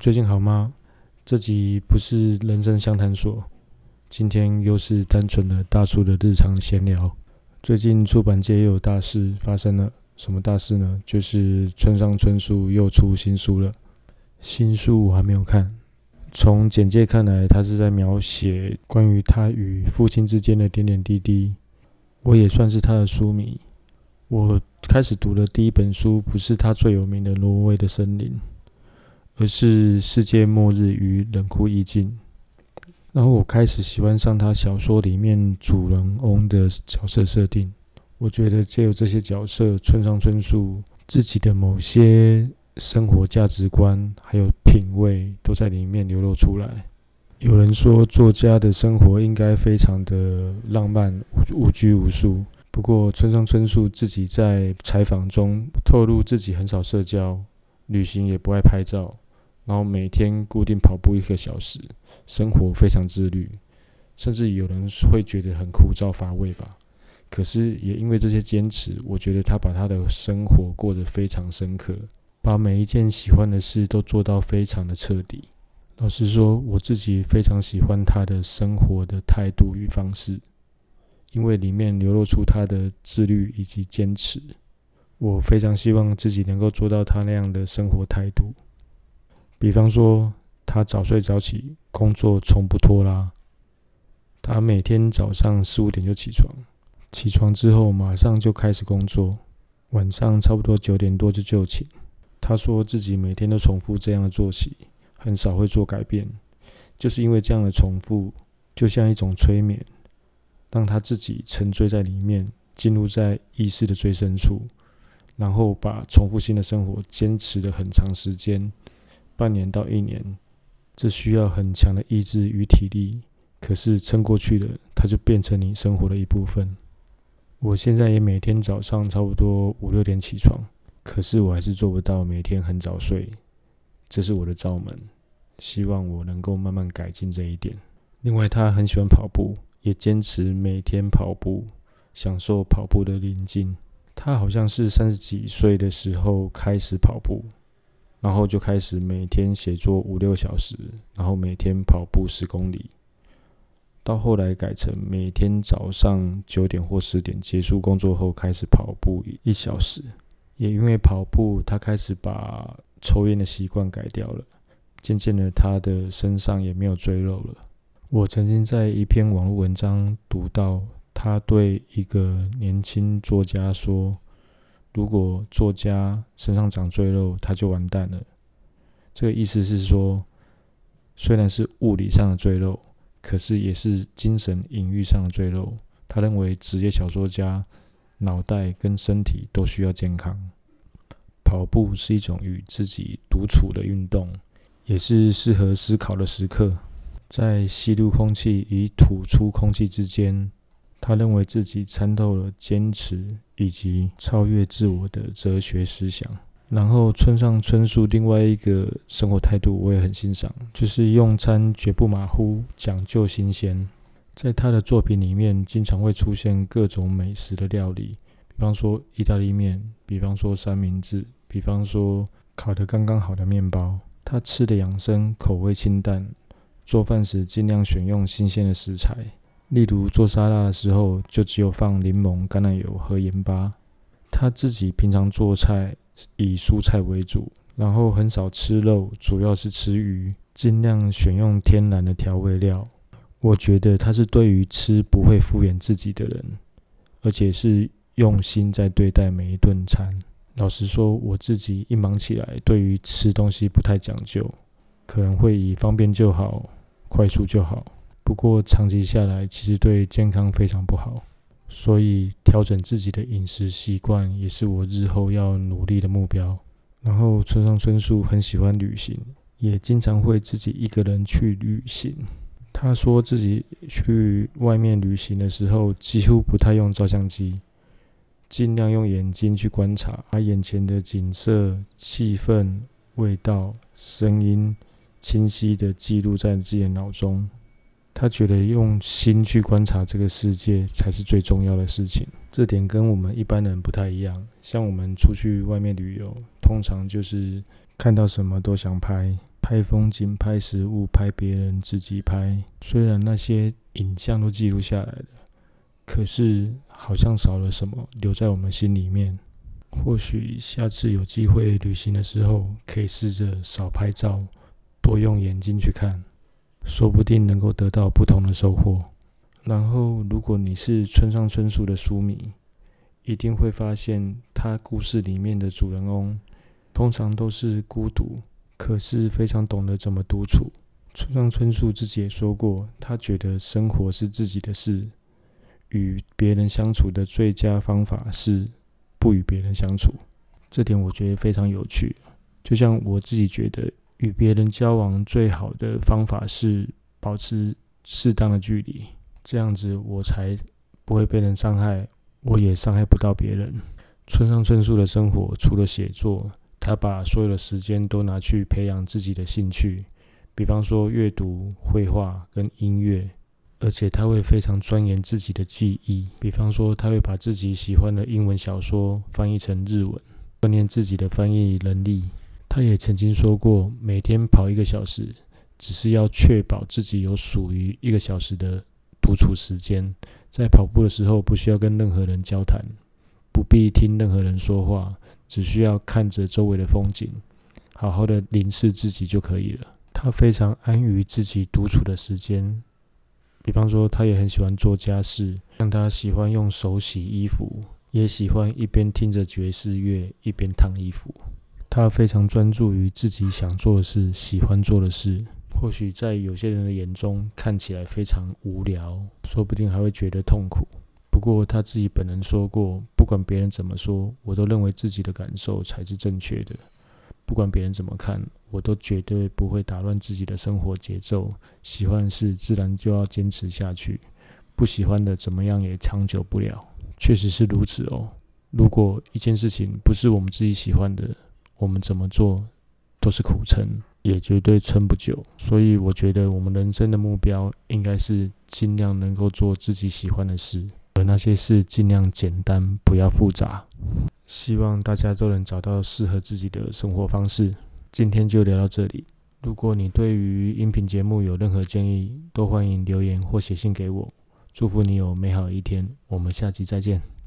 最近好吗？这集不是人生相谈所，今天又是单纯的大叔的日常闲聊。最近出版界又有大事发生了，什么大事呢？就是村上春树又出新书了。新书我还没有看，从简介看来，他是在描写关于他与父亲之间的点点滴滴。我也算是他的书迷。我开始读的第一本书不是他最有名的《挪威的森林》，而是《世界末日与冷酷意境》。然后我开始喜欢上他小说里面主人翁的角色设定。我觉得藉由这些角色，村上春树自己的某些生活价值观还有品味都在里面流露出来。有人说作家的生活应该非常的浪漫无拘无束，不过村上春树自己在采访中透露自己很少社交，旅行也不爱拍照，然后每天固定跑步1个小时，生活非常自律，甚至有人会觉得很枯燥乏味吧。可是也因为这些坚持，我觉得他把他的生活过得非常深刻，把每一件喜欢的事都做到非常的彻底。老实说，我自己非常喜欢他的生活的态度与方式，因为里面流露出他的自律以及坚持。我非常希望自己能够做到他那样的生活态度。比方说，他早睡早起，工作从不拖拉。他每天早上4、5点就起床，起床之后马上就开始工作，晚上差不多9点多就就寝。他说自己每天都重复这样的作息，很少会做改变，就是因为这样的重复，就像一种催眠，让他自己沉醉在里面，进入在意识的最深处，然后把重复性的生活坚持了很长时间，半年到1年，这需要很强的意志与体力，可是撑过去了，它就变成你生活的一部分。我现在也每天早上差不多5、6点起床，可是我还是做不到每天很早睡，这是我的罩门，希望我能够慢慢改进这一点。另外，他很喜欢跑步，也坚持每天跑步，享受跑步的宁静。他好像是30几岁的时候开始跑步，然后就开始每天写作5、6小时，然后每天跑步10公里。到后来改成每天早上9点或10点结束工作后开始跑步1小时。也因为跑步，他开始把抽烟的习惯改掉了，渐渐的他的身上也没有赘肉了。我曾经在一篇网络文章读到，他对一个年轻作家说，如果作家身上长赘肉，他就完蛋了。这个意思是说，虽然是物理上的赘肉，可是也是精神隐喻上的赘肉。他认为职业小说家脑袋跟身体都需要健康。跑步是一种与自己独处的运动，也是适合思考的时刻。在吸入空气与吐出空气之间，他认为自己参透了坚持以及超越自我的哲学思想。然后村上春树另外一个生活态度我也很欣赏，就是用餐绝不马虎，讲究新鲜。在他的作品里面经常会出现各种美食的料理，比方说意大利面，比方说三明治，比方说烤得刚刚好的面包。他吃的养生，口味清淡，做饭时尽量选用新鲜的食材，例如做沙拉的时候就只有放柠檬、橄榄油和盐巴。他自己平常做菜以蔬菜为主，然后很少吃肉，主要是吃鱼，尽量选用天然的调味料。我觉得他是对于吃不会敷衍自己的人，而且是用心在对待每一顿餐。老实说，我自己一忙起来，对于吃东西不太讲究，可能会以方便就好、快速就好。不过长期下来，其实对健康非常不好，所以调整自己的饮食习惯也是我日后要努力的目标。然后村上春树很喜欢旅行，也经常会自己一个人去旅行。他说自己去外面旅行的时候，几乎不太用照相机，尽量用眼睛去观察，把眼前的景色、气氛、味道、声音清晰地记录在自己的脑中。他觉得用心去观察这个世界才是最重要的事情，这点跟我们一般人不太一样。像我们出去外面旅游，通常就是看到什么都想拍拍风景、拍食物、拍别人、自己拍。虽然那些影像都记录下来了，可是好像少了什么留在我们心里面。或许下次有机会旅行的时候，可以试着少拍照，多用眼睛去看，说不定能够得到不同的收获。然后，如果你是村上春树的书迷，一定会发现他故事里面的主人翁通常都是孤独，可是非常懂得怎么独处。村上春树自己也说过，他觉得生活是自己的事，与别人相处的最佳方法是不与别人相处。这点我觉得非常有趣。就像我自己觉得，与别人交往最好的方法是保持适当的距离，这样子我才不会被人伤害，我也伤害不到别人。村上春树的生活除了写作，他把所有的时间都拿去培养自己的兴趣，比方说阅读、绘画跟音乐，而且他会非常钻研自己的技艺，比方说他会把自己喜欢的英文小说翻译成日文，锻炼自己的翻译能力。他也曾经说过，每天跑1个小时，只是要确保自己有属于1个小时的独处时间，在跑步的时候不需要跟任何人交谈，不必听任何人说话，只需要看着周围的风景，好好的凝视自己就可以了。他非常安于自己独处的时间，比方说他也很喜欢做家事，像他喜欢用手洗衣服，也喜欢一边听着爵士乐一边烫衣服。他非常专注于自己想做的事，喜欢做的事。或许在有些人的眼中看起来非常无聊，说不定还会觉得痛苦。不过他自己本人说过，不管别人怎么说，我都认为自己的感受才是正确的。不管别人怎么看，我都绝对不会打乱自己的生活节奏。喜欢的事自然就要坚持下去，不喜欢的怎么样也长久不了。确实是如此哦。如果一件事情不是我们自己喜欢的，我们怎么做都是苦撑，也绝对撑不久。所以我觉得我们人生的目标应该是尽量能够做自己喜欢的事，而那些事尽量简单，不要复杂。希望大家都能找到适合自己的生活方式。今天就聊到这里。如果你对于音频节目有任何建议，都欢迎留言或写信给我。祝福你有美好的一天，我们下集再见。